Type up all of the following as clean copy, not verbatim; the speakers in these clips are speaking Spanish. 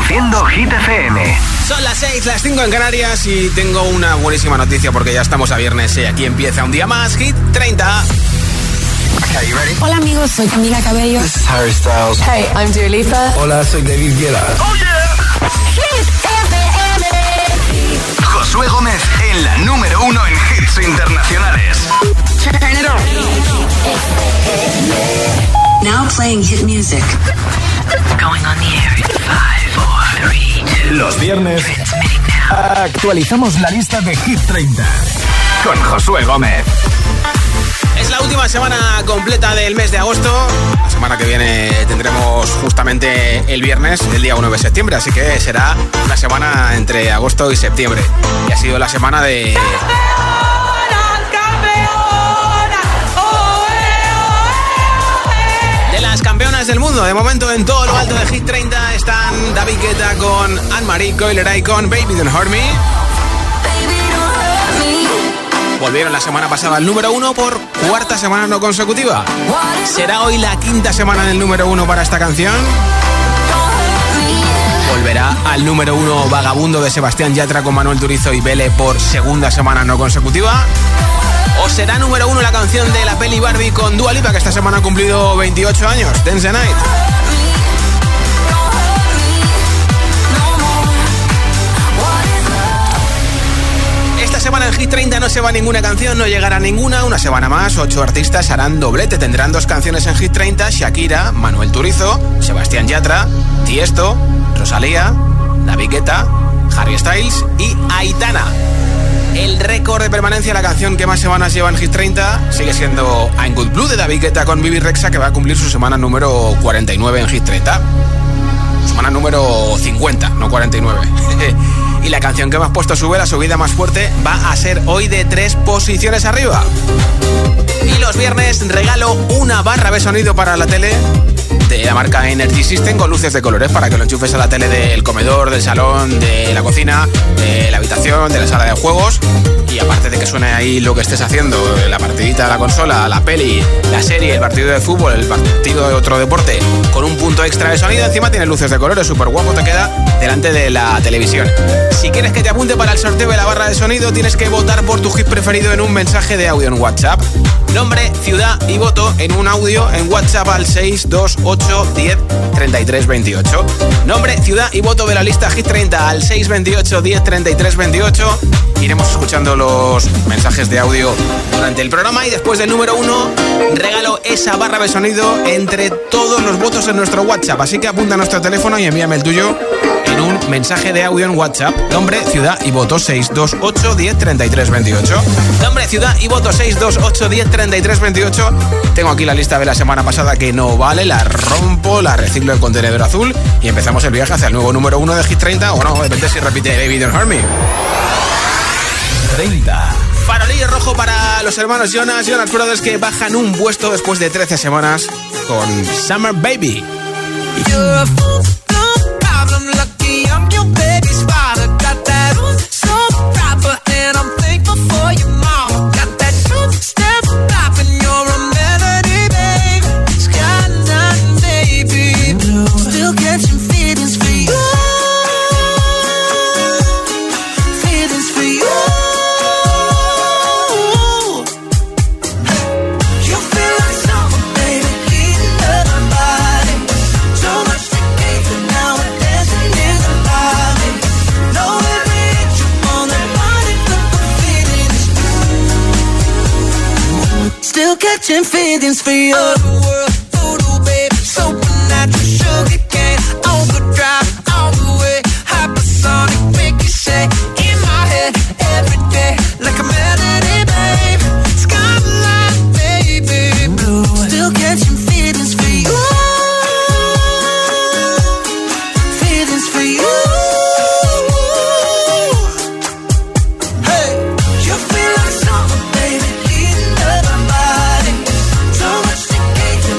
Haciendo Hit FM. Son las 6, las 5 en Canarias y tengo una buenísima noticia porque ya estamos a viernes y aquí empieza un día más, Hit 30. Okay, you ready? Hola amigos, soy Camila Cabello. This is Harry Styles. Hey, I'm Dua Lipa. Hola, soy David Guetta. Oh yeah. Hit FM. Josué Gómez en la número 1 en hits internacionales. Turn it on. Now playing hit music. Going on the air in 5, 4, 3, 2. Los viernes Transmitting now. actualizamos la lista de Hit 30 Con Josué Gómez. Es la última semana completa del mes de agosto. La semana que viene tendremos justamente el viernes, el día 1 de septiembre. Así que será una semana entre agosto y septiembre. Y ha sido la semana de... las campeonas del mundo. De momento en todo lo alto de Hit 30 están David Guetta con Anne-Marie, Coileray con Baby Don't Hurt Me. Volvieron la semana pasada al número 1 por cuarta semana no consecutiva. ¿Será hoy la quinta semana en el número 1 para esta canción? ¿Volverá al número 1 Vagabundo de Sebastián Yatra con Manuel Turizo y Belle por segunda semana no consecutiva? ¿O será número 1 la canción de la peli Barbie con Dua Lipa, que esta semana ha cumplido 28 años? Dance the Night. Esta semana en Hit 30 no se va ninguna canción, no llegará ninguna. Una semana más, 8 artistas harán doblete. Tendrán 2 canciones en Hit 30, Shakira, Manuel Turizo, Sebastián Yatra, Tiesto, Rosalía, David Guetta, Harry Styles y Aitana. El récord de permanencia, la canción que más semanas lleva en Hit 30, sigue siendo I'm Good Blue de David Guetta con Bibi Rexha, que va a cumplir su semana número 49 en Hit 30. Semana número 50, no 49. Y la canción que más puesto sube, la subida más fuerte, va a ser hoy de 3 posiciones arriba. Y los viernes regalo una barra de sonido para la tele de la marca Energy System con luces de colores para que lo enchufes a la tele del comedor, del salón, de la cocina, de la habitación, de la sala de juegos. Y aparte de que suene ahí lo que estés haciendo, la partidita de la consola, la peli, la serie, el partido de fútbol, el partido de otro deporte, con un punto extra de sonido, encima tiene luces de colores, súper guapo te queda delante de la televisión. Si quieres que te apunte para el sorteo de la barra de sonido, tienes que votar por tu hit preferido en un mensaje de audio en WhatsApp. Nombre, ciudad y voto en un audio en WhatsApp al 628 10 33 28. Nombre, ciudad y voto de la lista Hit 30 al 628 10 33 28. Iremos escuchando los mensajes de audio durante el programa y después del número 1 regalo esa barra de sonido entre todos los votos en nuestro WhatsApp. Así que apunta a nuestro teléfono y envíame el tuyo en un mensaje de audio en WhatsApp. Nombre, ciudad y voto 628 10 33 28. Nombre, ciudad y voto 628 10 33 28. Tengo aquí la lista de la semana pasada que no vale, la rompo, la reciclo en contenedor azul y empezamos el viaje hacia el nuevo número 1 de Hit 30. O no, depende si repite Baby Don't Hurt Me. 30. Farolillo rojo para los hermanos Jonas Brothers, que bajan un puesto después de 13 semanas con Summer Baby. You're a fool, no problem, lucky I'm your baby's father. Got that so proper and I'm thankful for your mom. Got that two-step pop and you're a melody, babe. Skyline, baby, blue. Still catching feelings for you. Feelings for you. You feel like summer, baby, heating up my body. So much to give, and now we're dancing in the lobby. Know every inch on that body, but the feeling is true. Still catching feelings for you. World voodoo, baby, supernatural sugar cane. Overdrive all the way, hypersonic, make you say in my head every day like a melody, babe. Skyline, baby, blue. Still catching feelings for you. Feelings for you. Hey, you feel like summer, baby, heating up my body. So much to give,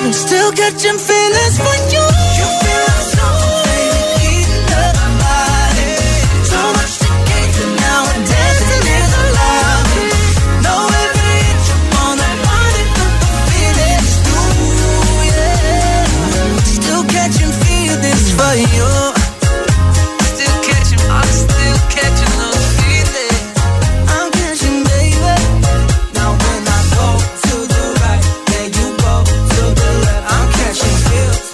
I'm still catching feelings for you. You feel like something to keep the body. So much to gain, and now we're dancing in the lobby. No every inch on the body, but the feeling's through, yeah. Still catching feelings for you. Still catching, I'm still catching those feelings. I'm catching, baby. Now when I go to the right, then you go to the left. I'm catching feels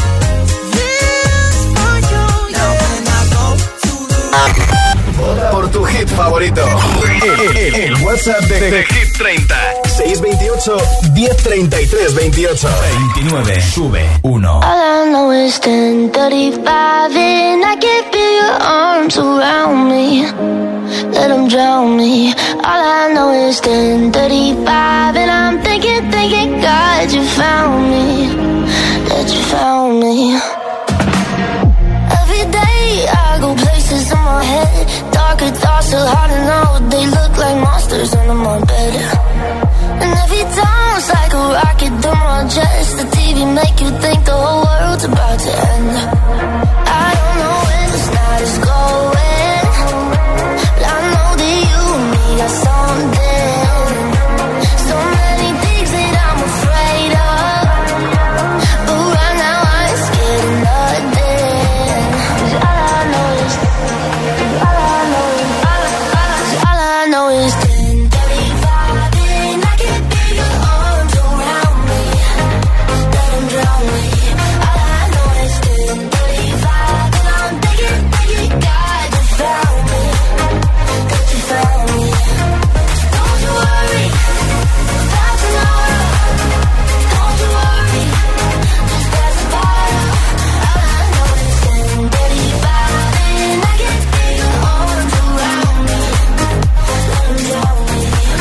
for you. Now when I go to the right. Vota por tu hit favorito. El WhatsApp de Hit 30. 628 1033 28 29. Sube 1. All I know is 10:35 and I can feel your arms around me. Let them drown me. All I know is 10:35 and I'm thinking, God, you found me. That you found me. Every day I go places in my head. Darker thoughts are hard to know. They look like monsters under my bed. And every time it's like a rocket through my chest. The TV make you think the whole world's about to end. I don't know where this night is going, but I know that you and me got something. So many things that I'm afraid of, but right now I ain't scared of nothing. 'Cause all I know is 10:35 and I can feel your arms around me. Let them drown me. All I know is 10:35 and I'm thinking, God, you found me. That you found me. Don't you worry about tomorrow. Don't you worry, just pass the bottle. All I know is 10:35 and I can feel your arms around me. Let them drown me.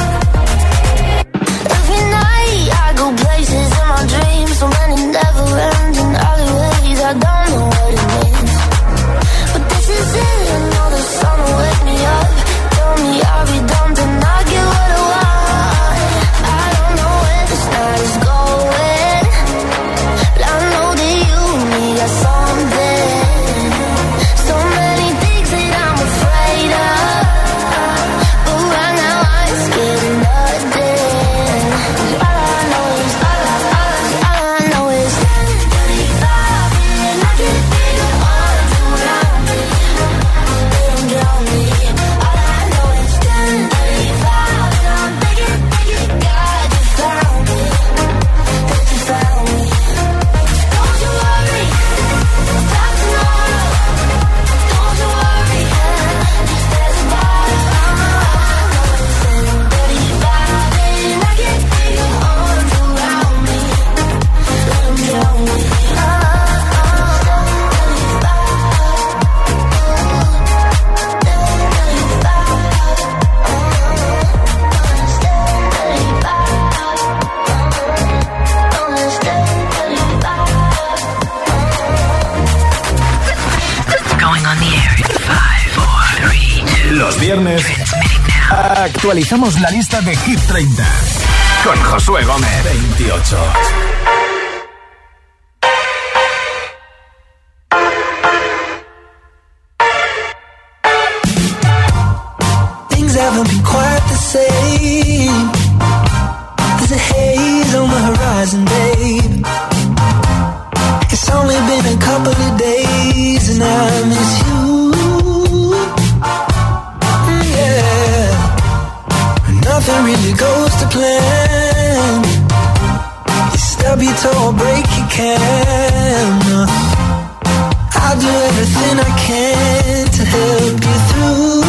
Every night I go places in my dreams, so many never ending alleyways. I don't know what it means, but this is it. I know the sun will wake me up. Tell me I'll be dumb to not get what I want. I don't know where this night is going, but I know that you and me got something. So many things that I'm afraid of, but right now I ain't scared of nothing. 'Cause all I know is 10:35 and I can feel your arms around me. Let them drown me. All I know is 10:35 and I'm thinking, God, you found me. That you found me. Don't you worry about tomorrow. Don't you worry, just pass the bottle. All I know is 10:35 and I can feel your arms around me. Let them drown me. Going on the air in 5, 4, 3, 2. Los viernes Transmitting now. actualizamos la lista de Hit 30 Con Josué Gómez. 28. Things haven't been quite the same. There's a haze on the horizon, babe. It's only been a couple of days and I miss you. Yeah. Nothing really goes to plan. You stub your toe or break your can. I'll do everything I can to help you through.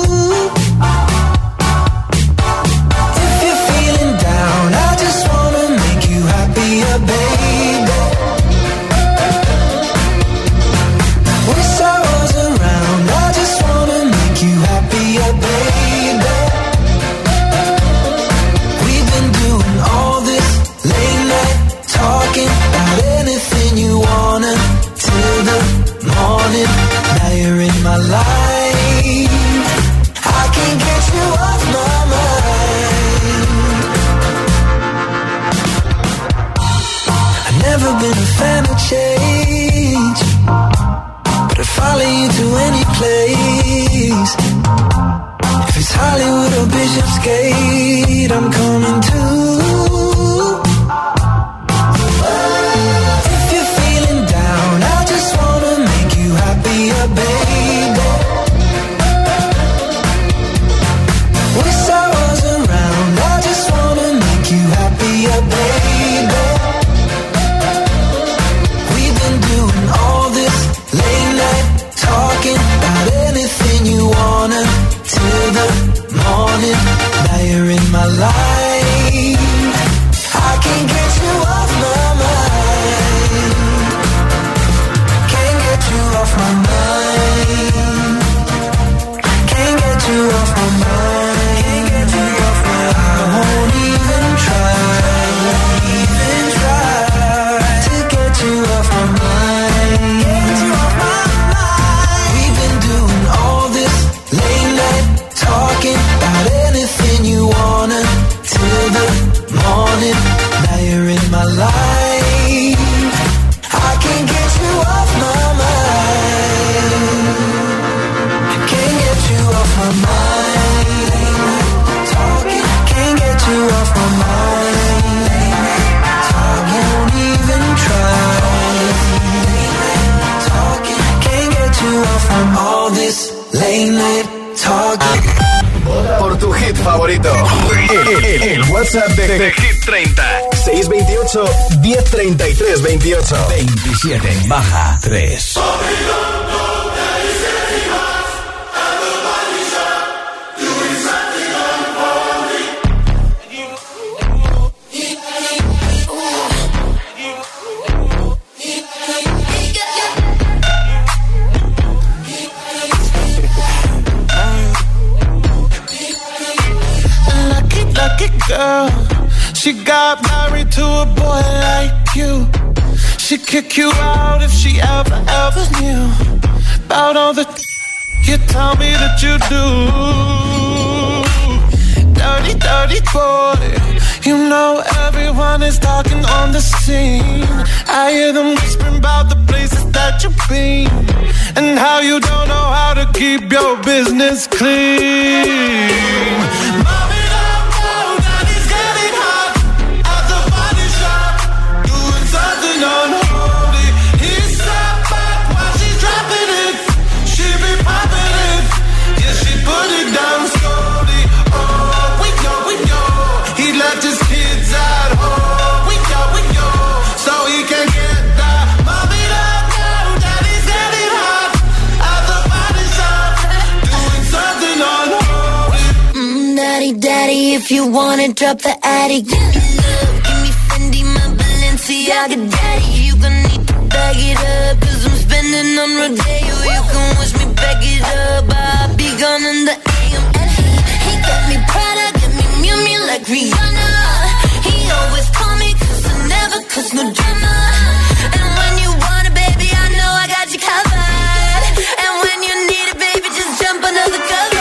If you're feeling down, I just wanna make you happier, baby. Wish I was around, I just wanna make you happier, baby. We've been doing all this late night talking about anything you wanna till the morning. Now you're in my life. never been a fan of change, but I'd follow you to any place. If it's Hollywood or Bishopsgate, I'm coming too. If you're feeling down, I just wanna make you happier, baby. Wish I was around, I just wanna make you happier, baby. We've been doing all this late night talking about anything you wanna till the morning. Now you're in my life, I can't get you off my mind. Can't get you off my mind. Can't get you off my mind. Can't get you off my mind. I won't even try to get you off my mind. Get you off my mind. We've been doing all this late night talking about anything you wanna till the morning. Now you're in my life, I can't get you off my mind. Can't get you off my mind. Talking, can't get you off my mind. Won't even try. Talking, can't get you off from all this late night talking. Por tu hit favorito. El WhatsApp de Hit 30. 628 1033 28. 27 baja 3. Girl, she got married to a boy like you. She'd kick you out if she ever knew about all the you tell me that you do. Dirty, dirty boy. You know everyone is talking on the scene. I hear them whispering about the places that you've been and how you don't know how to keep your business clean. Mommy, unholy. He sat back while she's dropping it. She be popping it. Yeah, she put it down slowly. Oh, we know. He left his kids at home. We know. So he can get that. Mommy don't know that he's getting hot at the body shop, doing something unholy. Daddy, if you wanna drop the attic, give me love, give me Fendi, my Balenciaga daddy. You gon' need to bag it up, 'cause I'm spending on Rodeo. You can wish me back it up, I'll be gone in the AM. And he got me Prada, got me Miu Miu like Rihanna. He always call me 'cause I never cause no drama. And when you want it, baby, I know I got you covered. And when you need it, baby, just jump under the covers.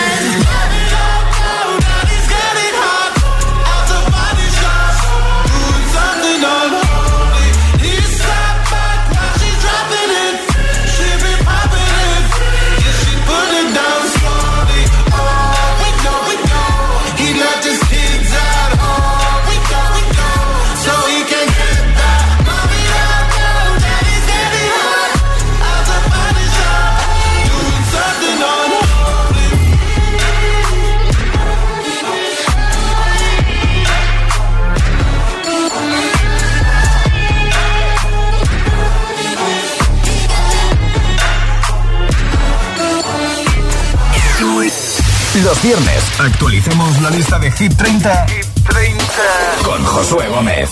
Los viernes actualicemos la lista de Hit 30, con Josué Gómez.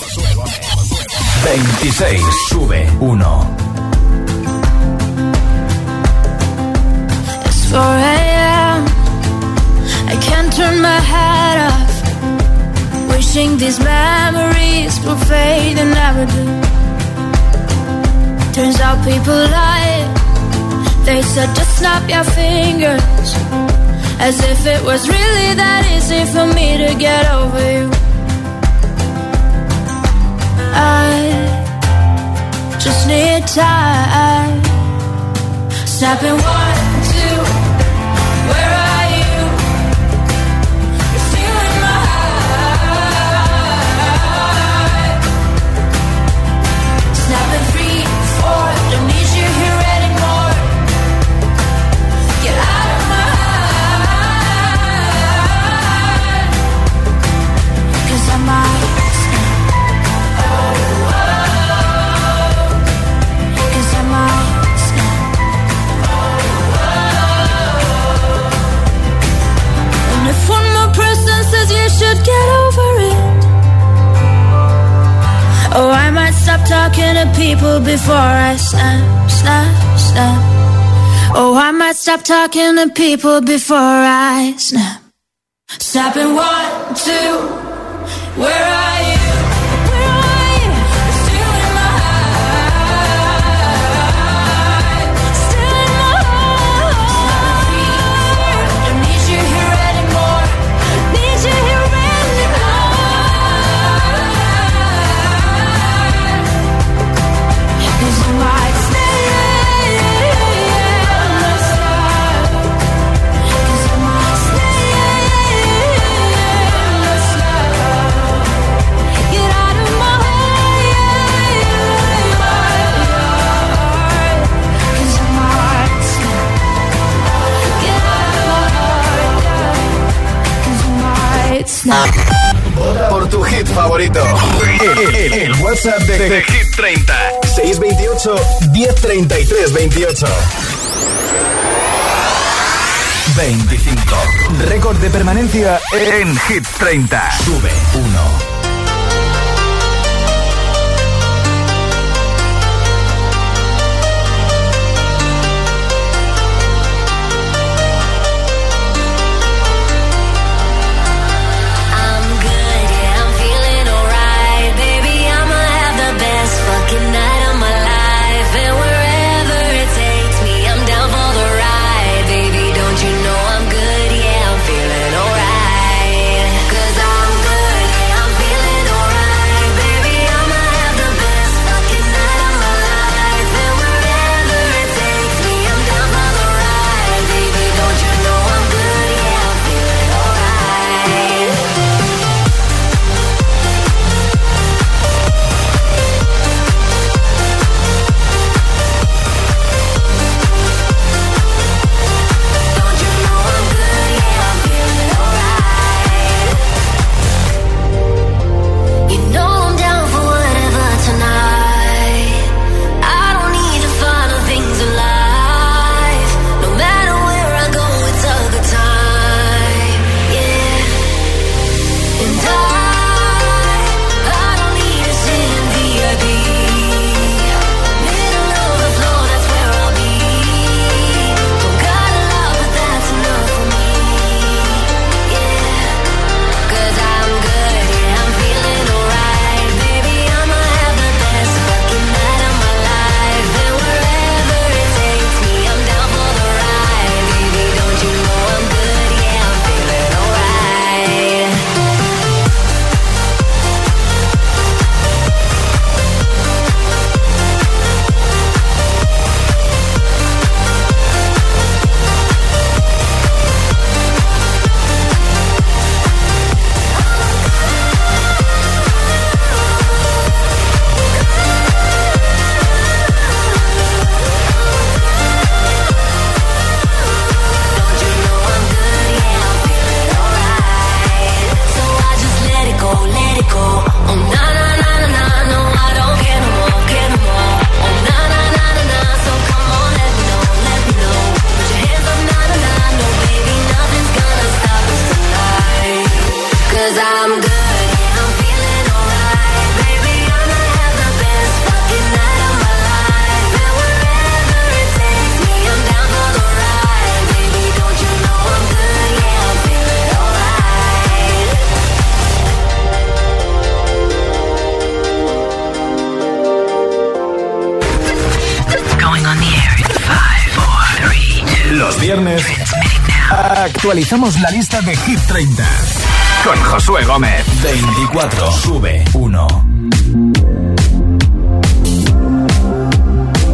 26, sube 1. It's 4 a.m. I can't turn my head off, wishing these memories will fade and never do. Turns out people lie. They said just snap your fingers, as if it was really that easy for me to get over you. I time. Snapping 1, 2, where are you? You're stealing my heart. Snapping 3, 4, don't need you here anymore. Get out of my heart. 'Cause I might snap. Oh, oh. 'Cause I might snap. Oh, oh. And if one more person says you should get over it, oh, I might stop talking to people before I snap, snap, snap. Oh, I might stop talking to people before I snap. Snapping 1, 2, where are you? Where are you? You're stealing my heart. Stealing my heart. Don't need you here anymore. Need you here anymore. 'Cause I might stay. 'Cause I might stay. Get out of my heart. 'Cause I might snap. Get out of my heart. 'Cause I might snap. Vota por tu hit favorito. El WhatsApp de Hit 30. 628 1033 28. 25. Récord de permanencia en Hit 30. Sube 1. I'm good, yeah, I'm feeling alright. Baby, I'ma have the best fucking night of my life. And wherever it takes me, I'm down for the ride. Baby, don't you know I'm good, yeah, I'm feeling alright. 'Cause I'm good, yeah, I'm feeling alright. Baby, I'ma have the best fucking night of my life. And wherever it takes me, I'm down for the ride. Baby, don't you know I'm good, yeah, I'm feeling alright. Don't you know I'm good, yeah, I'm feeling alright. You know I'm down for whatever tonight. I don't need the final things in life. No matter where I go, it's a good time, yeah. And I don't need to sit in VIP. Middle of the floor, that's where I'll be. Don't got a lot, but that's enough for me, yeah. 'Cause I'm good, yeah, I'm feeling alright. Baby, I'ma have the best fucking night of my life. And wherever it takes me, I'm down for the ride. Baby, don't you know I'm good, yeah, I'm feeling alright. Don't you know I'm good, yeah, I'm feeling alright. So I just let it go, let it go. Oh na na na na na, no, I don't care no more, care no more. Oh na na na na na, so come on, let me know, let me know. Put your hands up, na na na, no baby, nothing's gonna stop us tonight. 'Cause I'm good, yeah, I'm feeling alright. Baby, I'ma have the best fucking night of my life. And wherever it takes me, I'm down for the ride. Baby, don't you know I'm good, yeah, I'm feeling alright. Going on the air in 5, 4, 3, 2. Los viernes actualizamos la lista de Hit 30 con Josué Gómez. 24. Sube 1.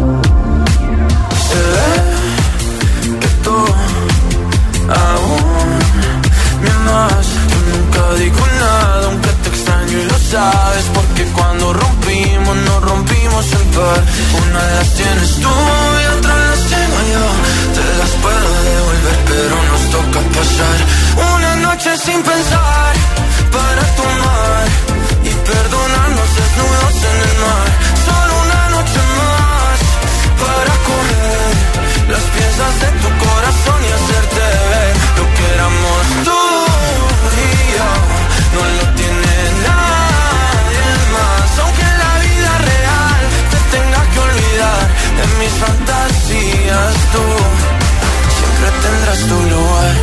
vamos en par. Una las tienes tú y otra las tengo yo. Te las puedo devolver, pero nos toca pasar una noche sin pensar, para tomar y perdonarnos desnudos en el mar. Solo una noche más para coger las piezas de tu corazón y hacerte ver lo que éramos tú y yo. No lo tiene nadie más, aunque en la vida real te tenga que olvidar. En mis fantasías tú siempre tendrás tu lugar.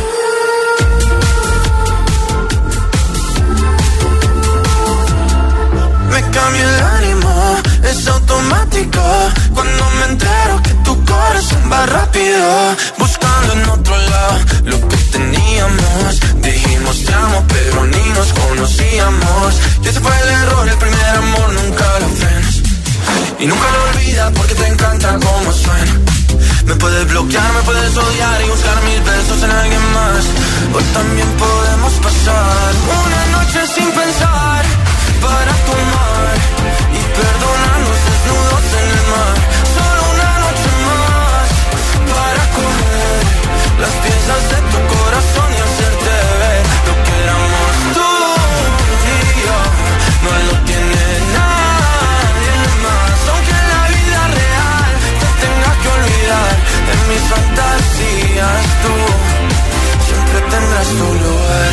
Me cambia el ánimo, es automático. Cuando me entero que tu corazón va rápido, buscando en otro lado lo que teníamos. Dijimos te amo, pero ni nos conocíamos. Y ese fue el error, el primer amor nunca lo frenas. Y nunca lo olvidas porque te encanta cómo suena. Me puedes bloquear, me puedes odiar y buscar mil besos en alguien más. O también podemos pasar una noche sin pensar, para tomar y perdonarnos desnudos en el mar. Solo una noche más para coger las piezas de tu corazón y hacerte ver lo que éramos tú y yo. No lo tiene nadie más, aunque en la vida real te tenga que olvidar. En mis fantasías tú siempre tendrás tu lugar.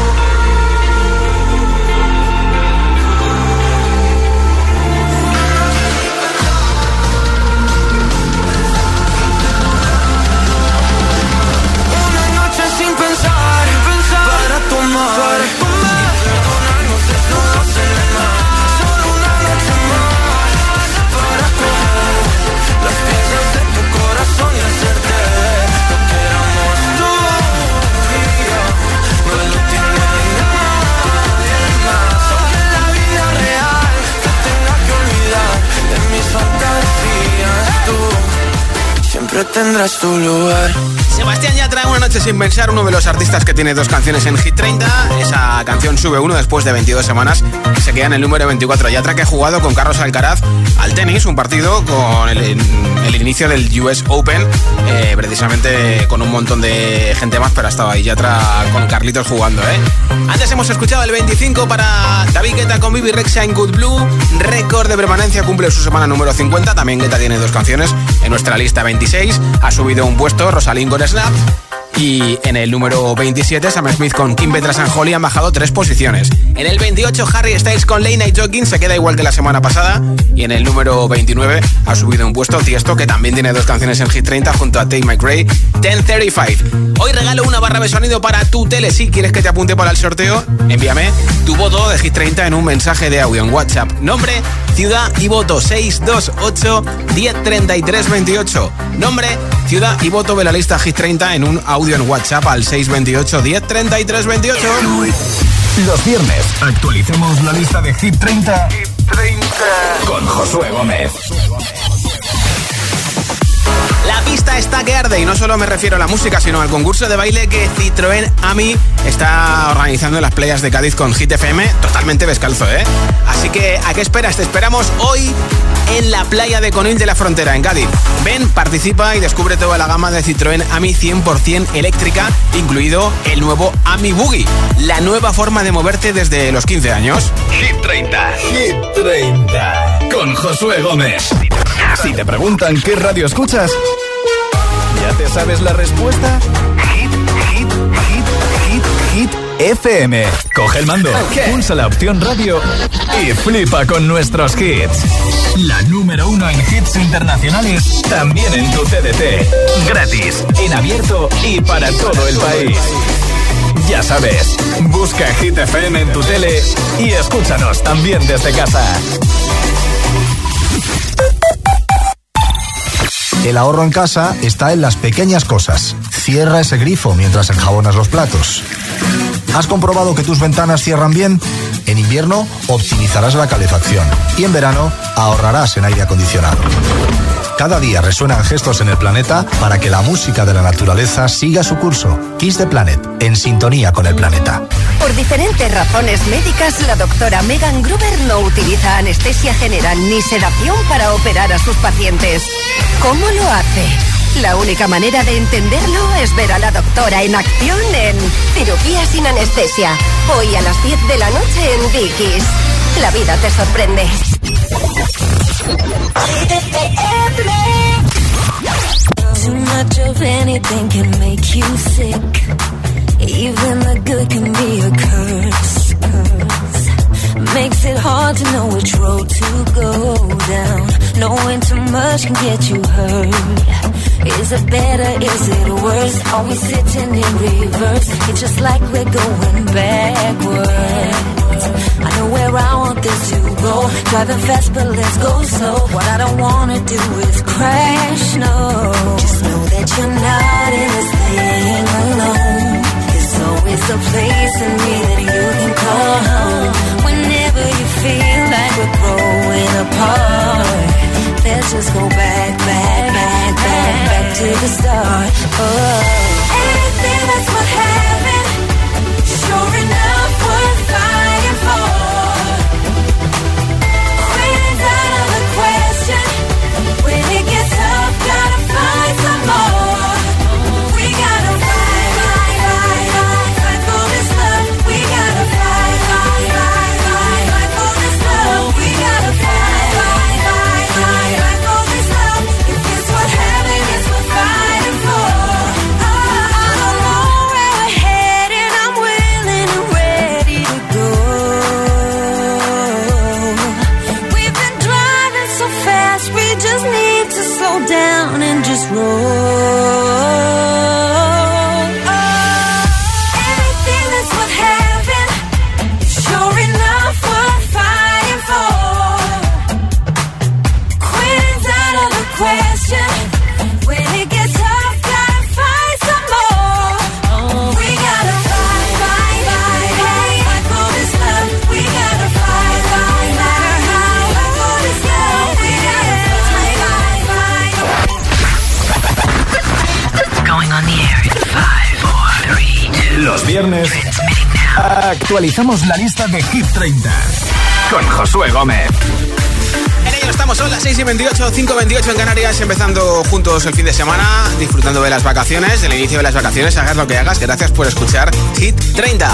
Para tomar y perdonarnos desnudos en el mar. Solo una noche más para coger las piezas de tu corazón y hacerte ver lo que éramos tú y yo. No lo tiene nadie más, aunque en la vida real te tenga que olvidar. En mis fantasías tú siempre tendrás tu lugar. Sebastián Yatra, Una noche sin pensar, uno de los artistas que tiene 2 canciones en Hit 30. Esa canción sube 1 después de 22 semanas y se queda en el número 24. Yatra, que ha jugado con Carlos Alcaraz al tenis, un partido con el inicio del US Open, precisamente con un montón de gente más, pero ha estado ahí Yatra con Carlitos jugando, Antes hemos escuchado el 25 para David Guetta con Bibi Rexha en Good Blue. Récord de permanencia, cumple su semana número 50. También Guetta tiene 2 canciones en nuestra lista. 26, ha subido un puesto Rosalind con Snap. Y en el número 27, Sam Smith con Kim Petras and Holly han bajado 3 posiciones. En el 28, Harry Styles con Late Night Jogging se queda igual que la semana pasada. Y en el número 29 ha subido un puesto Tiesto, que también tiene 2 canciones en Hit 30 junto a Tate McRae, 1035. Hoy regalo una barra de sonido para tu tele. Si quieres que te apunte para el sorteo, envíame tu voto de Hit 30 en un mensaje de audio en WhatsApp. Nombre, ciudad y voto 628 1033 28. Nombre, ciudad y voto de la lista Hit 30 en un audio en WhatsApp al 628 1033 28. Los viernes actualicemos la lista de Hit 30, con Josué Gómez. La pista está que arde, y no solo me refiero a la música, sino al concurso de baile que Citroën AMI está organizando en las playas de Cádiz con Hit FM, totalmente descalzo, Así que, ¿a qué esperas? Te esperamos hoy en la playa de Conil de la Frontera, en Cádiz. Ven, participa y descubre toda la gama de Citroën AMI 100% eléctrica, incluido el nuevo AMI Buggy, la nueva forma de moverte desde los 15 años. Hit 30. Hit 30. Con Josué Gómez. Si te preguntan qué radio escuchas, ¿ya te sabes la respuesta? Hit FM. Coge el mando, pulsa la opción radio y flipa con nuestros hits. La número 1 en hits internacionales, también en tu TDT. Gratis, en abierto y para todo el país. Ya sabes, busca Hit FM en tu tele y escúchanos también desde casa. El ahorro en casa está en las pequeñas cosas. Cierra ese grifo mientras enjabonas los platos. ¿Has comprobado que tus ventanas cierran bien? En invierno optimizarás la calefacción y en verano ahorrarás en aire acondicionado. Cada día resuenan gestos en el planeta para que la música de la naturaleza siga su curso. Kiss the Planet, en sintonía con el planeta. Por diferentes razones médicas, la doctora Megan Gruber no utiliza anestesia general ni sedación para operar a sus pacientes. ¿Cómo lo hace? La única manera de entenderlo es ver a la doctora en acción en Cirugía sin anestesia. Hoy a las 10 de la noche en Dickies. La vida te sorprende. Too much of anything can make you sick. Even the good can be a curse. Makes it hard to know which road to go down. Knowing too much can get you hurt. Is it better, is it worse? Are we sitting in reverse? It's just like we're going backwards. I know where I want this to go. Driving fast but let's go slow. What I don't wanna do is crash, no. Just know that you're not in this thing alone. There's always a place in me that you can call home. Whenever you feel like we're growing apart, let's just go back to the start. Oh, anything that's what happened, sure enough worth fighting for. Quitting's out of the question. When it gets tough, gotta find some more. We gotta fight for this love. We gotta fight for this love. We gotta fight for this love. If it's what happened, it's what fighting for. I don't know where we're headed. I'm willing and ready to go. We've been driving so fast, we just need to slow down and just roll. Everything that's what happened, sure enough worth fighting for. Quitting's out of the question. When it gets tough, gotta fight some more. We gotta fight for this love. We gotta fight for this love. We gotta fight. Going on the air in 5, 4, 3, 2. Los viernes Transmitting now. actualizamos la lista de Hit 30 con Josué Gómez. En ello estamos, son las 6:28, 5:28 en Canarias, empezando juntos el fin de semana, disfrutando de las vacaciones, del inicio de las vacaciones, hagas lo que hagas. Gracias por escuchar Hit 30.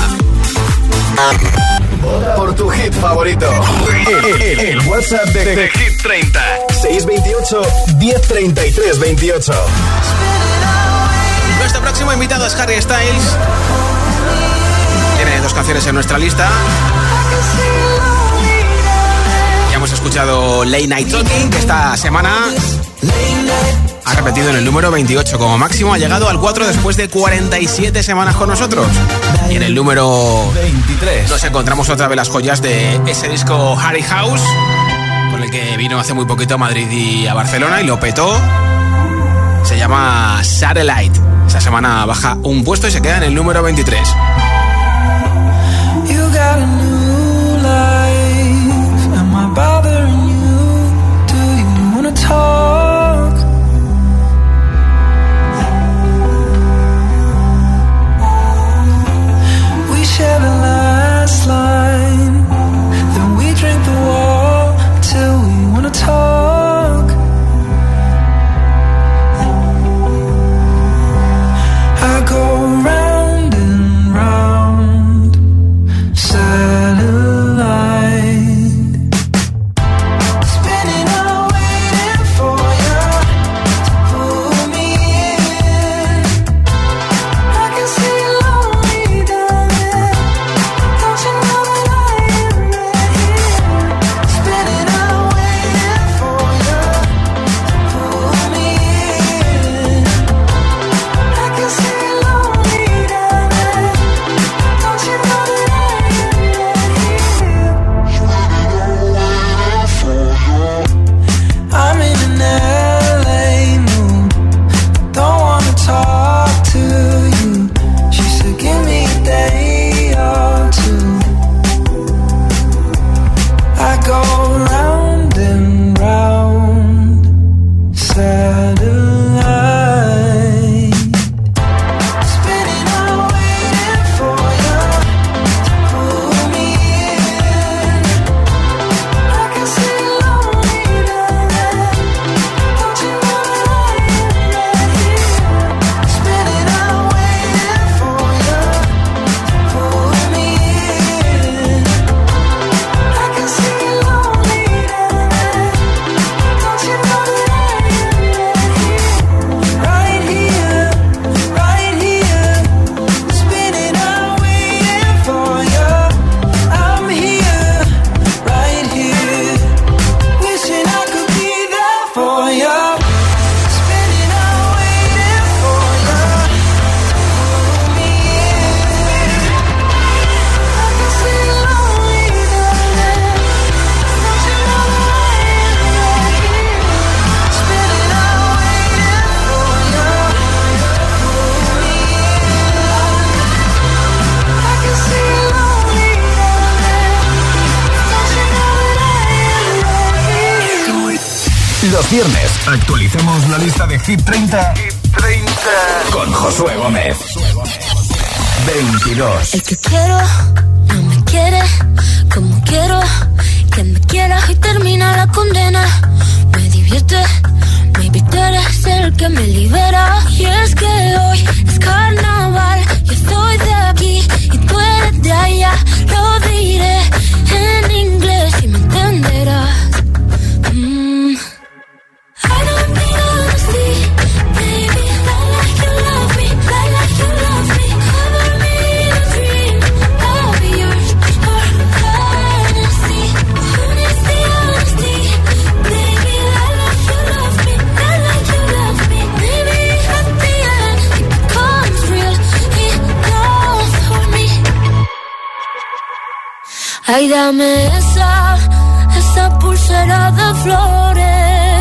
Vota por tu hit favorito. El WhatsApp de Hit 30. 628 1033 28. Nuestro próximo invitado es Harry Styles. Tiene 2 canciones en nuestra lista. Ya hemos escuchado Late Night Talking, que esta semana ha repetido en el número 28 como máximo. Ha llegado al 4 después de 47 semanas con nosotros. Y en el número 23 nos encontramos otra vez las joyas de ese disco Harry House, con el que vino hace muy poquito a Madrid y a Barcelona y lo petó. Se llama Satellite. Esta semana baja un puesto y se queda en el número 23. You got a new life. Am I bothering you? Do you wanna talk? We share the last line. Then we drink the wall till we wanna talk. I go round and round. Los viernes actualizamos la lista de Hit 30, con Josué Gómez. 22. El que quiero no me quiere como quiero que me quieras y termina la condena. Me divierte, maybe tú eres el que me libera. Y es que hoy es carnaval, yo estoy de aquí y tú eres de allá. Lo diré en inglés y me entenderás. I don't need honesty, baby. Lie like you love me, lie like you love me. Cover me in a dream, I'll be yours for fantasy. Who needs the honesty, baby? Lie like you love me, lie like you love me. Maybe at the end it becomes real enough for me. Ay, dame esa pulsera de flores.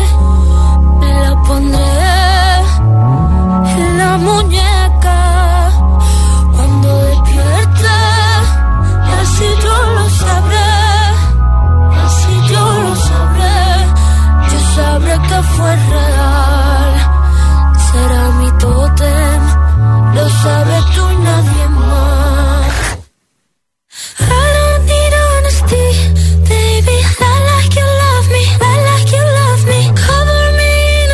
Pondré en la muñeca cuando despierte, así yo lo sabré, así yo lo sabré. Yo sabré que fue real, será mi tótem, lo sabes tú y nadie más. I don't need honesty, baby. Lie like you love me, lie like you love me. Cover me.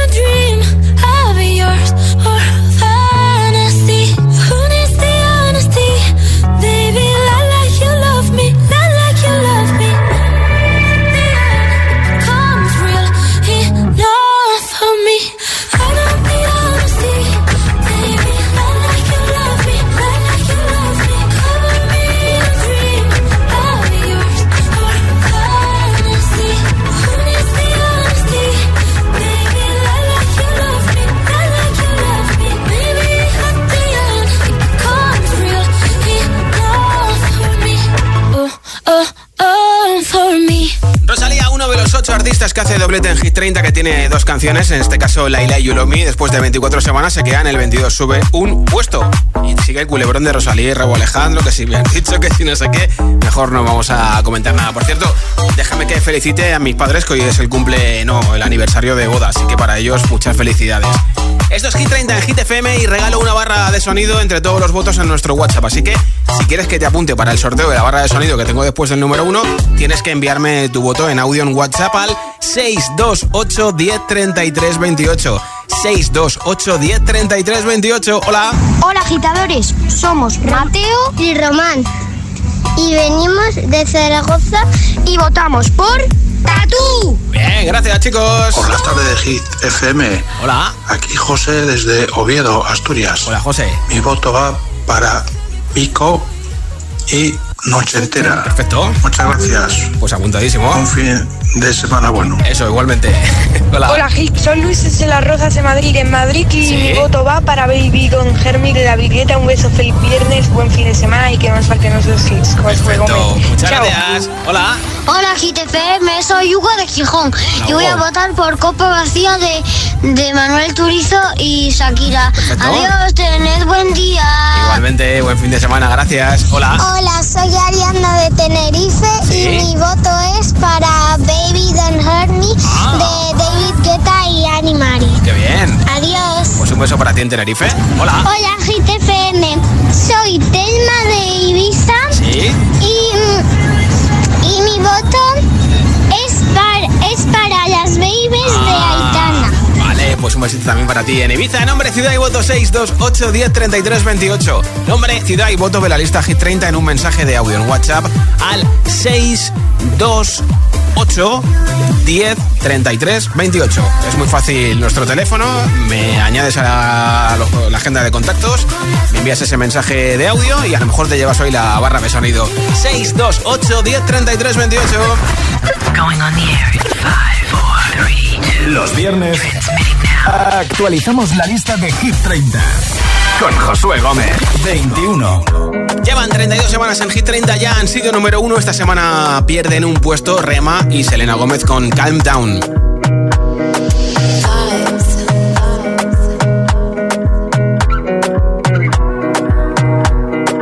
Artistas que hace doblete en Hit 30, que tiene dos canciones, en este caso Laila y You Love Me. Después de 24 semanas se queda en el 22, sube un puesto. Y sigue el culebrón de Rosalía y Rauw Alejandro, que si me han dicho que si no sé qué, mejor no vamos a comentar nada. Por cierto, déjame que felicite a mis padres, que hoy es el aniversario de boda, así que para ellos muchas felicidades. Esto es Hit 30 en Hit FM y regalo una barra de sonido entre todos los votos en nuestro WhatsApp. Así que si quieres que te apunte para el sorteo de la barra de sonido que tengo después del número 1, tienes que enviarme tu voto en audio en WhatsApp al 628 10 33 28. 628 10 33 28. Hola. Hola, agitadores. Somos Mateo y Román. Y venimos de Zaragoza y votamos por Tatú. Bien, gracias, chicos. Por las tardes de Hit FM. Hola. Aquí José desde Oviedo, Asturias. Hola, José. Mi voto va para Pico y Noche Entera. Perfecto. Muchas gracias. Pues apuntadísimo. Un fin de semana bueno. Eso, igualmente. Hola. Hola, Hit. Soy Luis desde Las Rozas de Madrid, y ¿sí? Mi voto va para Baby con Germi de la Bicicleta. Un beso, feliz viernes, buen fin de semana y que no nos falten los hits. Perfecto. Muchas gracias. Hola. Hola, Hit FM. Soy Hugo de Gijón. Hola, y voy a votar por Copa Vacía de Manuel Turizo y Shakira. Perfecto. Adiós, tened buen día. Igualmente, buen fin de semana, gracias. Hola. Hola, soy Ariana de Tenerife. ¿Sí? Y mi voto es para Baby Don't Hurt Me de David Guetta y Annie Mari. Qué bien. Adiós. Pues un beso para ti en Tenerife. Hola. Hola, Hit FM. Soy Telma de Ibiza. Sí. Y mi voto es para las babies de Aitana. Vale, pues un besito también para ti en Ibiza. Nombre, ciudad y voto 628 10 33 28. Nombre, ciudad y voto de la lista Hit 30 en un mensaje de audio en WhatsApp al 628 10 33 28. Es muy fácil nuestro teléfono. Me añades a la agenda de contactos, me envías ese mensaje de audio y a lo mejor te llevas hoy la barra de sonido. 628 10 33 28. Going on the air in 5, 4, 3, 2. Los viernes actualizamos la lista de Hit 30 con Josué Gómez. 21. Llevan 32 semanas en Hit 30, ya han sido número 1. Esta semana pierden un puesto Rema y Selena Gómez con Calm Down.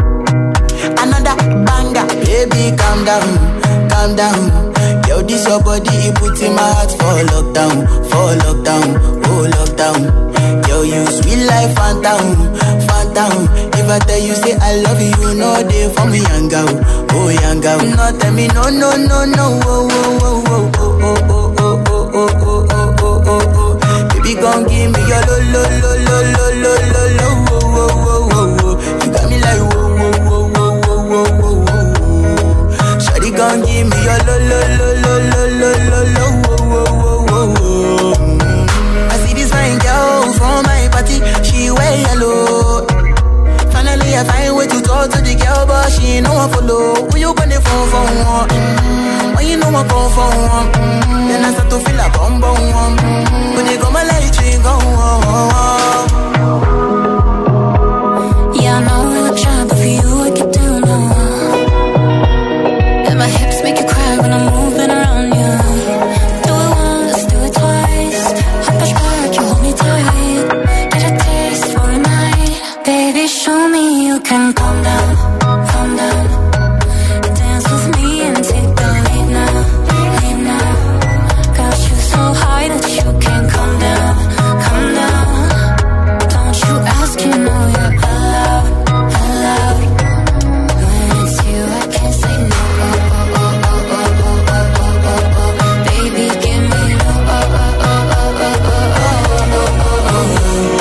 Another banger, baby, calm down, calm down. Yo, this your body, it puts in my heart for lockdown, oh lockdown. Yo, you sweet life, phantom, phantom. If I tell you say I love you, no day for me, young girl, oh young girl. No tell me no, no, no, no, oh, oh, oh, oh, oh, oh, oh, oh, oh, oh, oh, oh, oh, oh. Baby, gon' give me your lo, lo, lo, lo, lo, lo, lo, lo, oh, oh, oh, oh, oh. You got me like whoa, whoa, whoa, whoa, whoa, whoa, whoa, whoa. Shawty gon' give me your lo, lo, lo, lo, lo, lo, lo, lo, oh, oh, oh, oh, oh. I see this fine girl from my party, she wear yellow. Finally I find way to talk to the girl, but she ain't no one follow. Who you gonna phone for one? When you know I come for one, then I start to feel a bum bum one. When they go my light ring go on. Yeah, I know I look shy, but for you I get down low. And my hips make you cry when I'm moving around you. Do it once, do it twice. I push back, you hold me tight. Get a taste for a night. Baby, show me you can calm down, calm down. Dance with me and take the lead now, lead now. Got you so high that you can't come down, come down. Don't you ask, you know you're allowed, allowed. When it's you, I can't say no. Oh, oh, oh, oh, oh, oh, oh, oh, oh, oh. Baby, give me low. Oh, oh, oh, oh, oh, oh, oh, oh,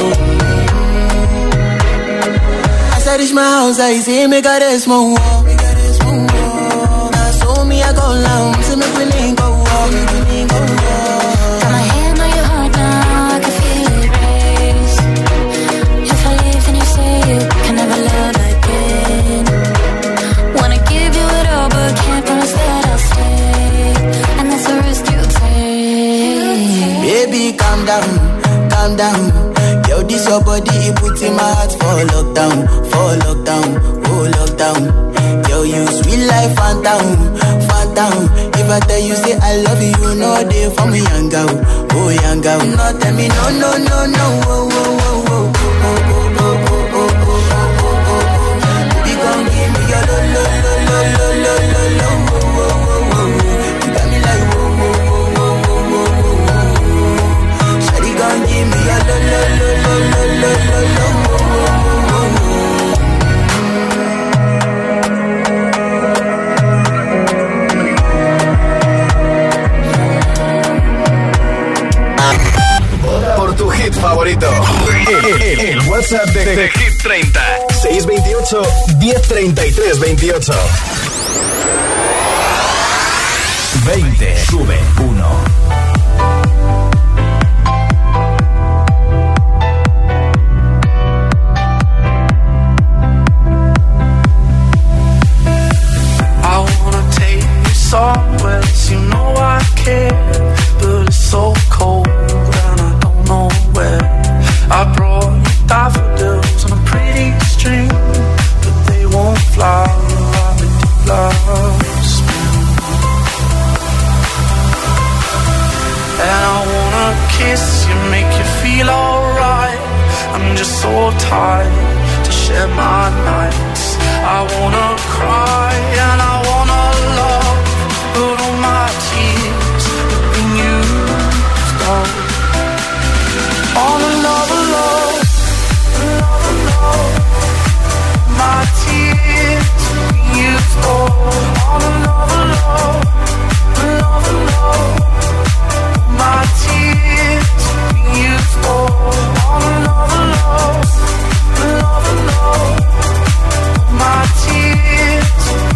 oh. As I reach my house, I see me got a small wall. Now so me I go loud, see me feeling go walk, Got my hand on your heart now, I can feel it race. If I leave, then you say you can never love again. Wanna give you it all, but can't promise that I'll stay. And that's a risk you take. Baby, calm down, calm down. Yo, this your body, it puts in my heart for lockdown, oh lockdown. Yo, you sweet life, phantom, phantom. If I tell you say I love you, no day for me, young girl, oh young girl. No tell me no, no, no, no, oh, oh, oh, oh, oh, oh, oh, oh, oh, oh, oh, oh, oh. Baby, gon' give me your lo, lo, lo, lo, lo, lo, lo, lo, oh, oh, oh, oh. You got me like whoa, whoa, whoa, whoa, whoa, whoa, whoa. Shawty gon' give me your lo, lo, lo, lo, lo, lo, lo, lo, oh, oh, oh, oh. Por tu hit favorito. El WhatsApp de Hit 30. 628 1033 28. 20. Sube 1. Somewhere, you know I care, but it's so cold and I don't know where. I brought you daffodils on a pretty string, but they won't fly like they did last spring. And I wanna kiss you, make you feel alright. I'm just so tired to share my nights. I wanna cry and I wanna love, but all my tears have been used up. All alone, alone, alone, alone. My tears have been used up. All alone, alone, alone, alone. My tears have been used up. All alone, alone, alone, alone. My tears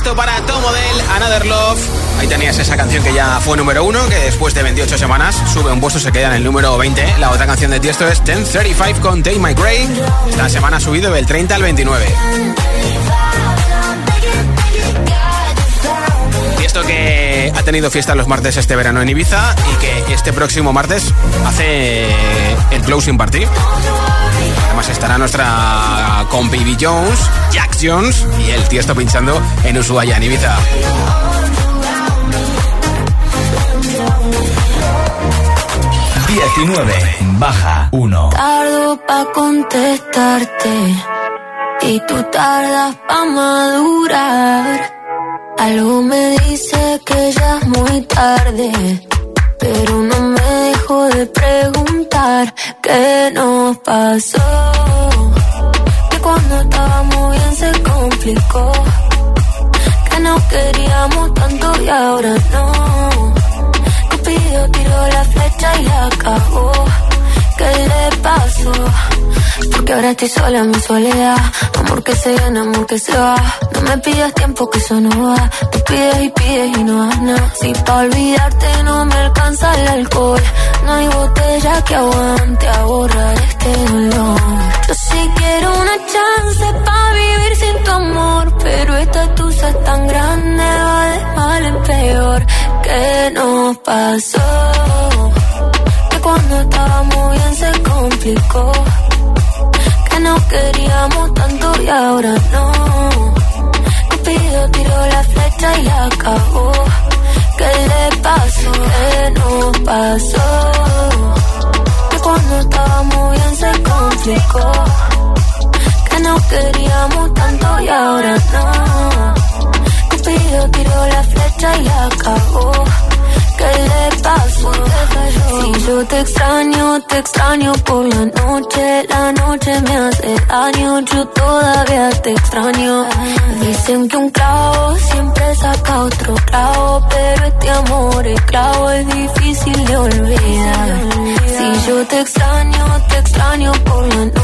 puesto para Tom Odell, Another Love. Ahí tenías esa canción que ya fue número 1, que después de 28 semanas sube un puesto, se queda en el número 20. La otra canción de Tiesto es 1035 con Take My Gray. Esta semana ha subido del 30 al 29. Tiesto que ha tenido fiesta los martes este verano en Ibiza y que este próximo martes hace el closing party. Además estará nuestra compi B. Jones, Jack Jones y el Tiesto pinchando en Ushuaia, en Ibiza. 19, baja 1. Tardo pa' contestarte y tú tardas pa' madurar. Algo me dice que ya es muy tarde, pero no me dejo de preguntar qué nos pasó. Que cuando estábamos bien se complicó, que nos queríamos tanto y ahora no. Cupido tiró la flecha y la acabó. ¿Qué le pasó? Porque ahora estoy sola en mi soledad. Amor que se gana, amor que se va. No me pidas tiempo que eso no va. Tú pides y pides y no das nada. Si pa' olvidarte no me alcanza el alcohol, no hay botella que aguante a borrar este dolor. Yo sí quiero una chance pa' vivir sin tu amor, pero esta tusa es tan grande, va de mal en peor. ¿Qué nos pasó? Que cuando estábamos bien se complicó, que nos queríamos tanto y ahora no. Cupido tiró la flecha y la acabó. ¿Qué le pasó? ¿Qué nos pasó? Que cuando estábamos bien se complicó, que nos queríamos tanto y ahora no. Cupido tiró la flecha y la acabó. ¿Qué le pasó? Si yo te extraño por la noche me hace daño, yo todavía te extraño. Dicen que un clavo siempre saca otro clavo, pero este amor es clavo, es difícil de olvidar. Si yo te extraño por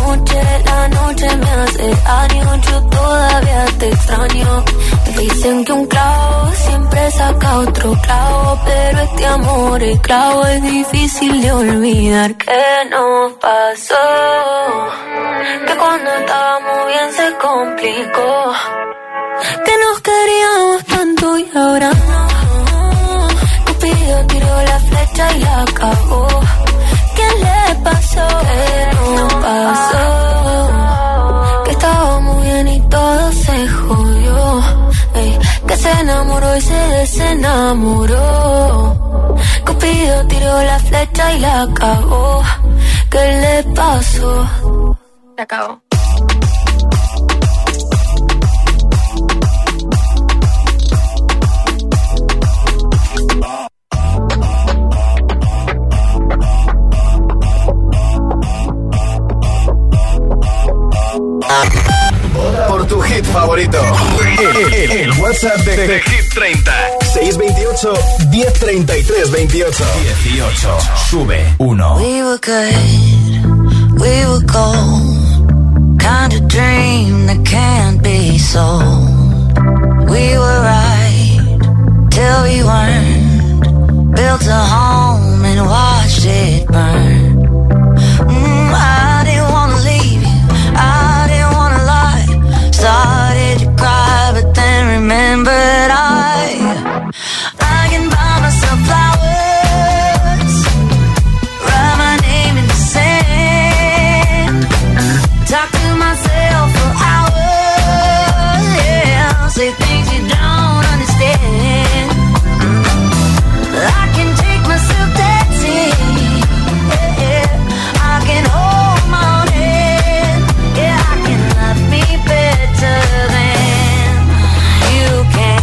la noche me hace daño, yo todavía te extraño. Dicen que un clavo siempre saca otro clavo, pero este amor es clavo, es difícil de olvidar. ¿Qué nos pasó? Que cuando estábamos bien se complicó, que nos queríamos tanto y ahora no. Cupido tiró la flecha y la acabó. ¿Qué le pasó? ¿Qué nos pasó? Que estábamos bien y todo se jodió. Ey, que se enamoró y se desenamoró. Cupido tiró la flecha y la acabó. ¿Qué le pasó? Se acabó. Por tu hit favorito. El WhatsApp de Hit 30. 628 1033 28. 18. Sube 1. We were good, we were gold. Kind of dream that can't be sold. We were right till we weren't. Built a home and watched it burn. I didn't wanna leave you, I didn't wanna lie. Started to cry, but then remembered I can buy myself flowers, write my name in the sand, talk to myself for hours, yeah, say things you don't understand. I can take myself dancing, yeah, I can hold my own hand, yeah, I can love me better than you can.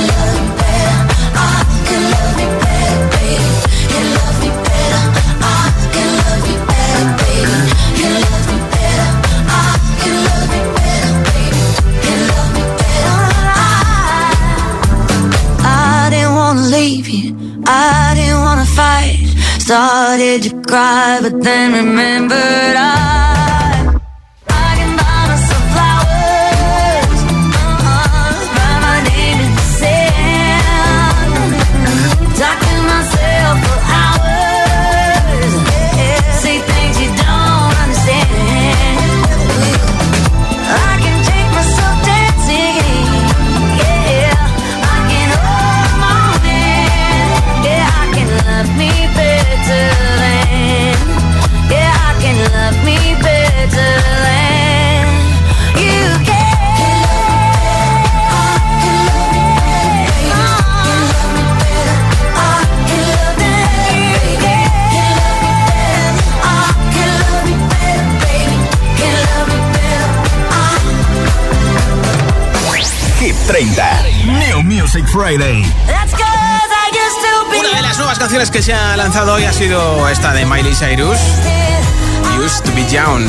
I didn't wanna fight, started to cry, but then remembered I can buy myself flowers, write my name in the 30. New Music Friday. Una de las nuevas canciones que se ha lanzado hoy ha sido esta de Miley Cyrus, Used to Be Young.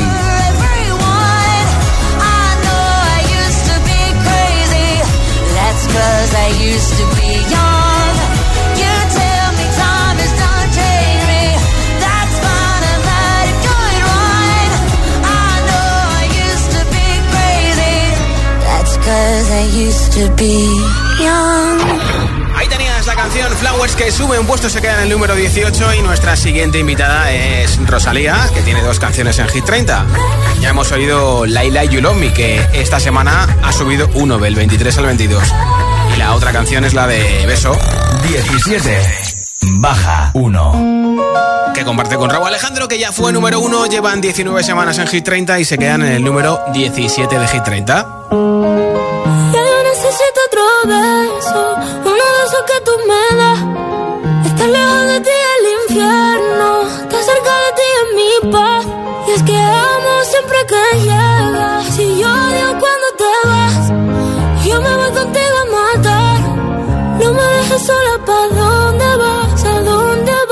Cause I used to be young. You tell me time has done changed me. That's fine, I've had a good run. I know I used to be crazy. That's cause I used to be young. Ahí tenías la canción Flowers, que sube un puesto, se queda en el número 18. Y nuestra siguiente invitada es Rosalía, que tiene 2 canciones en Hit 30. Ya hemos oído Laila y You Love Me, que esta semana ha subido 1 del 23 al 22. Y la otra canción es la de Beso, 17. Baja 1. que comparte con Raúl Alejandro, que ya fue número 1. Llevan 19 semanas en Hit 30 y se quedan en el número 17 de Hit 30. Ya yo necesito otro beso, uno de esos que tú me das. Estar lejos de ti es el infierno, estar cerca de ti es mi paz. Y es que amo siempre que llegas, y yo odio cuando te vas. Yo me voy contigo a matar, no me dejes sola. ¿Pa' dónde vas? ¿A dónde vas?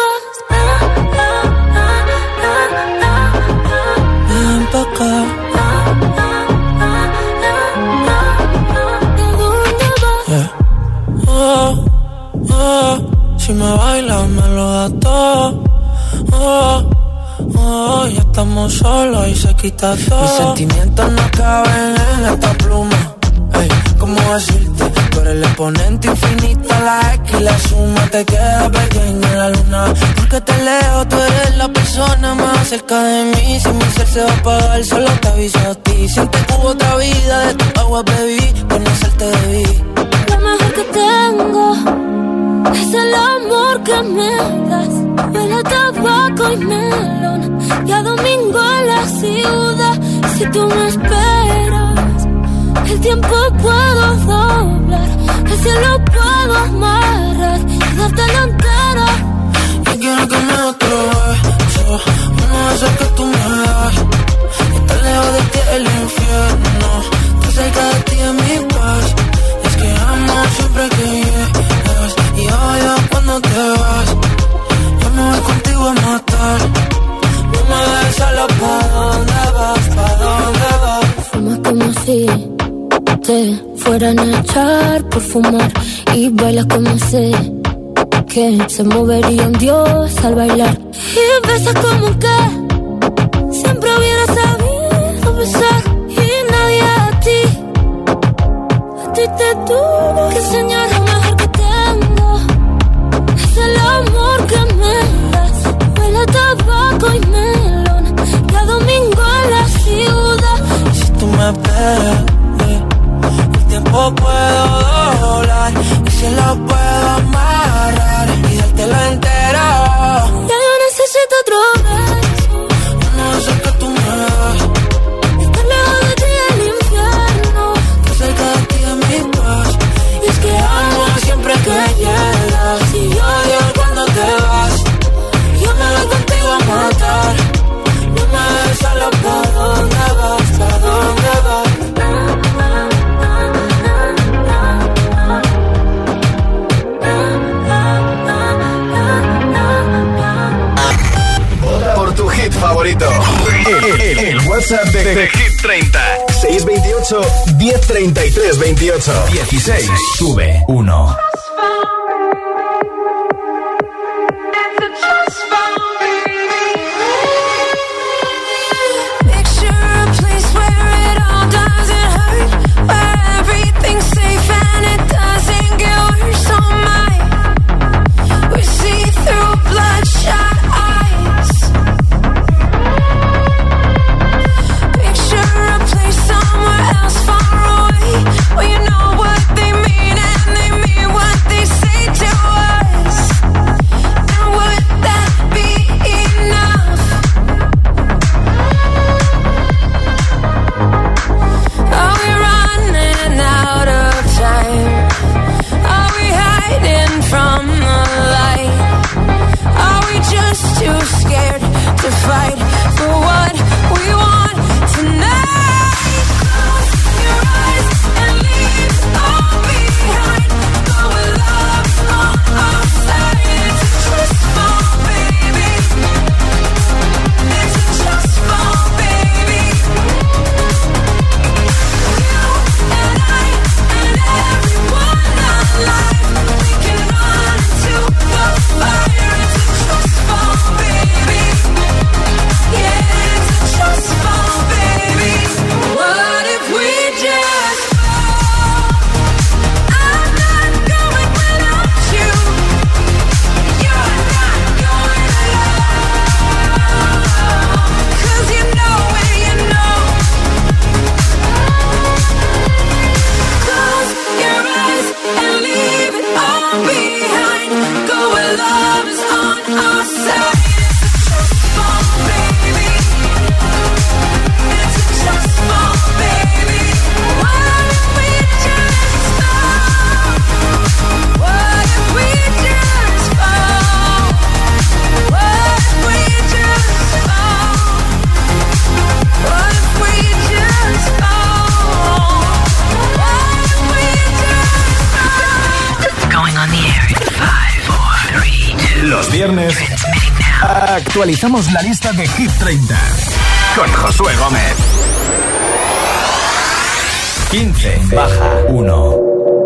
Ven pa' acá. Si me bailas me lo das todo. Ya estamos solos y se quita todo. Mis sentimientos no caben en esta pluma. Ey, ¿cómo decirte? Tú eres el exponente infinito, la X y la suma te queda pequeña en la luna. Porque te leo, tú eres la persona más cerca de mí. Si mi ser se va a apagar, solo te aviso a ti. Siente que hubo otra vida, de tu agua bebí, conocerte debí. Lo mejor que tengo es el amor que me das. Huele a tabaco y melón, y a domingo en la ciudad. Si tú me esperas, el tiempo puedo doblar, el cielo puedo amarrar y darte la entera. Yo quiero que me des otro beso, uno de esos que tú me das. Estar lejos de ti es el infierno, estar cerca de ti es mi paz. Es que amo siempre que llegas y odio cuando te vas. Yo me voy contigo a matar, no me dejes sola. ¿Pa' dónde vas? ¿Pa' dónde vas? Fumas como si te fueran a echar por fumar, y bailas como sé que se movería un dios al bailar. Y besas como que siempre hubiera sabido besar, y nadie a ti te tuvo que enseñar. Lo mejor que tengo es el amor que me das. Huele a tabaco y melón, y a domingo en la ciudad. Si tú me esperas, el tiempo puedo doblar, y si lo puedo amarrar y dártelo entero. Ya yo necesito otro beso, uno de esos que tú me das. estar lejos de ti es el infierno, Estar cerca de ti es mi paz. Y es que amo siempre que llegas y odio cuando te vas. Yo me voy contigo a matar, no me dejes solo. ¿Pa' dónde vas? ¿Pa' dónde vas? Por tu hit favorito. El WhatsApp de Hit 30. 628 1033 28. 16. Sube 1. Well, you know what they mean and they mean what they say. going on the air in 5, 4, 3, 2. Los viernes actualizamos la lista de Hit 30 con Josué Gómez. 15, baja 1.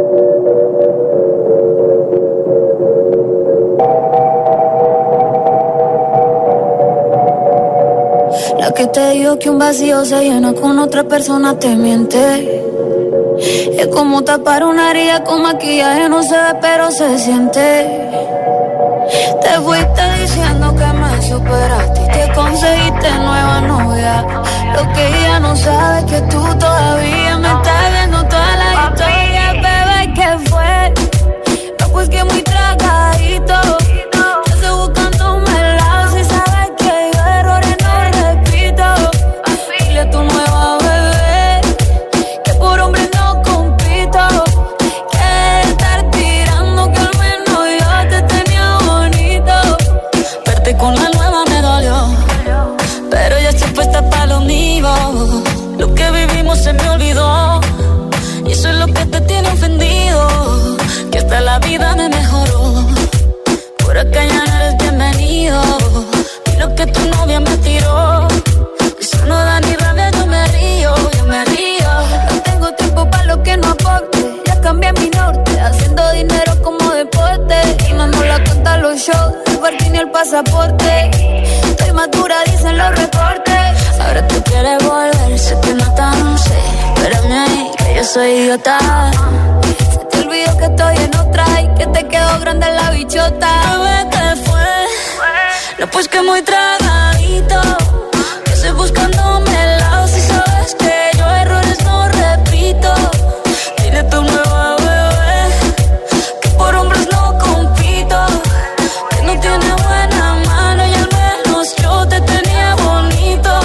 La que te digo que un vacío se llena con otra persona te miente. Es como tapar una herida con maquillaje, no se ve pero se siente. Te fuiste diciendo que me superaste y te conseguiste nueva novia. Lo que ella no sabe es que tú todavía me estás viendo toda la historia. Bebé, ¿qué fue? No, pues que muy tragadito. Yo estoy buscándome el lado. Si sabes que yo errores no repito. Dile a tu nueva bebé que por hombre no compito. Que estar tirando que al menos yo te tenía bonito. Verte con la nueva me dolió, pero ya estoy puesta para lo mío. Lo que vivimos se me olvidó y eso es lo que te tiene ofendido. Que hasta la vida me mejoró. Por acá ya no eres bienvenido. Y lo que tu novia me tiró, eso no da ni rabia, yo me río, yo me río. No tengo tiempo para lo que no aporte. Ya cambié mi norte, haciendo dinero como deporte. Y no nos la cuentan los shows, el parking y el pasaporte. Estoy madura, dicen los reportes. Ahora tú quieres volver, se te nota, no sé. Espérame ahí, que yo soy idiota. Se te olvidó que estoy en otra y que te quedó grande la bichota. Bebé, ¿qué fue? No, pues que muy tragadito. Que estoy buscándome el lado. Si sabes que yo errores no repito. Dile a tu nueva bebé que por hombres no compito. Que no tiene buena mano y al menos yo te tenía bonito.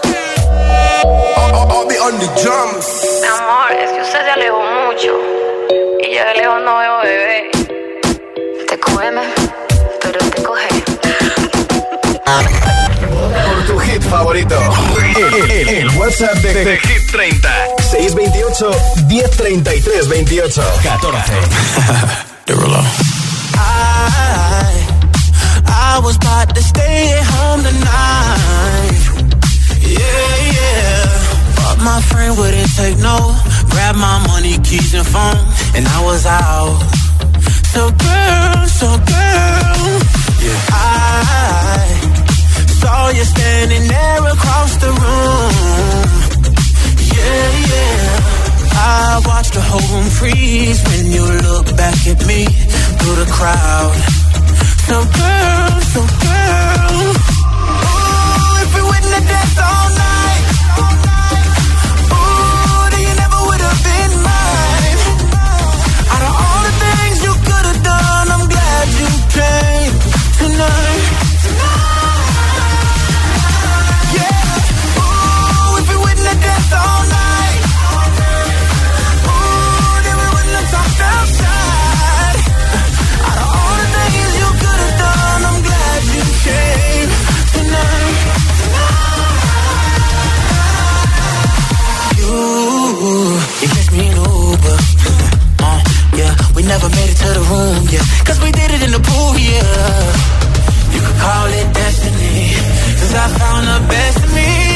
On the drums. Mi amor, es que usted se alejó mucho y yo de lejos no veo bebé. Te come, pero te coge. Por tu hit favorito, el WhatsApp de Hit 30 628 1033 28 14. I was about to stay at home tonight. Yeah, yeah. But my friend wouldn't take no. Grabbed my money, keys and phone, and I was out. So girl, yeah. I saw you standing there across the room. Yeah, yeah. I watched the whole room freeze when you look back at me through the crowd. So girl, ooh, if we wouldn't have danced all night, ooh, then you never would have been mine. Out of all the things you could have done, I'm glad you came tonight. Yeah, ooh, if we wouldn't have danced all night, ooh, then we wouldn't have talked outside. Out of all the things you could have done, I'm glad you came tonight. You catch me in Uber. Yeah, we never made it to the room, yeah. Cause we did it in the pool, yeah. You could call it destiny. Cause I found the best in me.